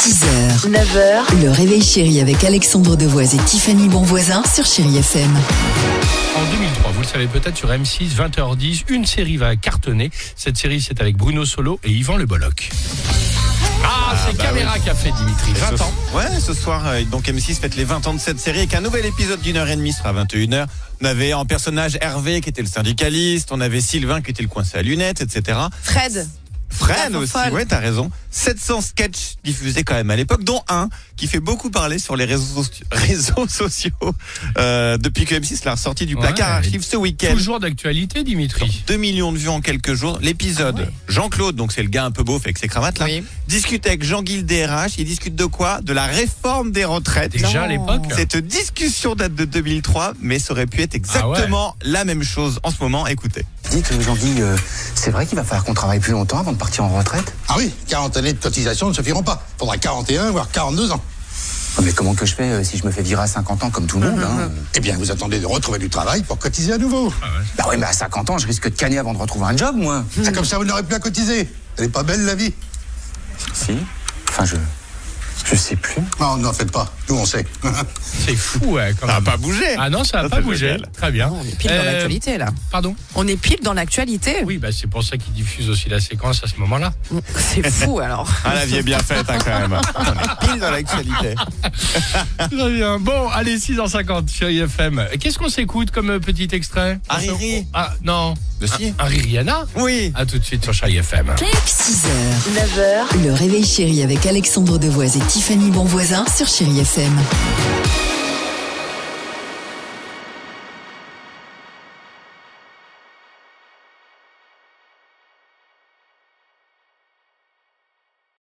6h, 9h, le réveil chéri avec Alexandre Devoise et Tiffany Bonvoisin sur Chéri FM. En 2003, vous le savez peut-être, sur M6, 20h10, une série va cartonner. Cette série, c'est avec Bruno Solo et Yvan Le Bolloc. C'est Caméra qui a fait, Dimitri, 20 ans. Ouais, ce soir, donc M6 fête les 20 ans de cette série, avec un nouvel épisode d'1h30 sera à 21h. On avait en personnage Hervé qui était le syndicaliste, on avait Sylvain qui était le coincé à lunettes, etc. Fred aussi, ouais, t'as raison. 700 sketchs diffusés quand même à l'époque, dont un qui fait beaucoup parler sur les réseaux sociaux depuis que M6 l'a ressorti du placard archive ce week-end. Toujours d'actualité, Dimitri. 2 millions de vues en quelques jours. L'épisode, Jean-Claude, donc c'est le gars un peu beauf avec ses cravates là, discute avec Jean-Guy le DRH. Il discute de quoi? De la réforme des retraites. Déjà à l'époque. Cette discussion date de 2003, mais ça aurait pu être exactement la même chose en ce moment. Écoutez. Dites, Jean-Guy, c'est vrai qu'il va falloir qu'on travaille plus longtemps avant de partir en retraite? Ah oui, 40 années de cotisation ne suffiront pas. Faudra 41, voire 42 ans. Oh, mais comment que je fais si je me fais virer à 50 ans comme tout le monde Eh bien, vous attendez de retrouver du travail pour cotiser à nouveau. Bah oui, mais à 50 ans, je risque de canner avant de retrouver un job, moi. C'est comme ça, vous n'aurez plus à cotiser. Elle est pas belle, la vie? Si. Enfin, je sais plus. Non, n'en faites pas. Nous, on sait. C'est fou, quand même. Ça n'a pas bougé. Ah non, ça n'a pas bougé. Génial. Très bien. On est pile dans l'actualité, là. Pardon? On est pile dans l'actualité. Oui, c'est pour ça qu'ils diffusent aussi la séquence à ce moment-là. C'est fou, alors. Ah, la vie est bien faite, quand même. On est pile dans l'actualité. Très bien. Bon, allez, 6h50 sur IFM. Qu'est-ce qu'on s'écoute comme petit extrait? Riri. Ah, non. Si. Un Ririana? Oui. À tout de suite sur Chéri FM. 6h, 9h, le réveil chéri avec Alexandre Devoise et Tiffany Bonvoisin sur Chéri FM.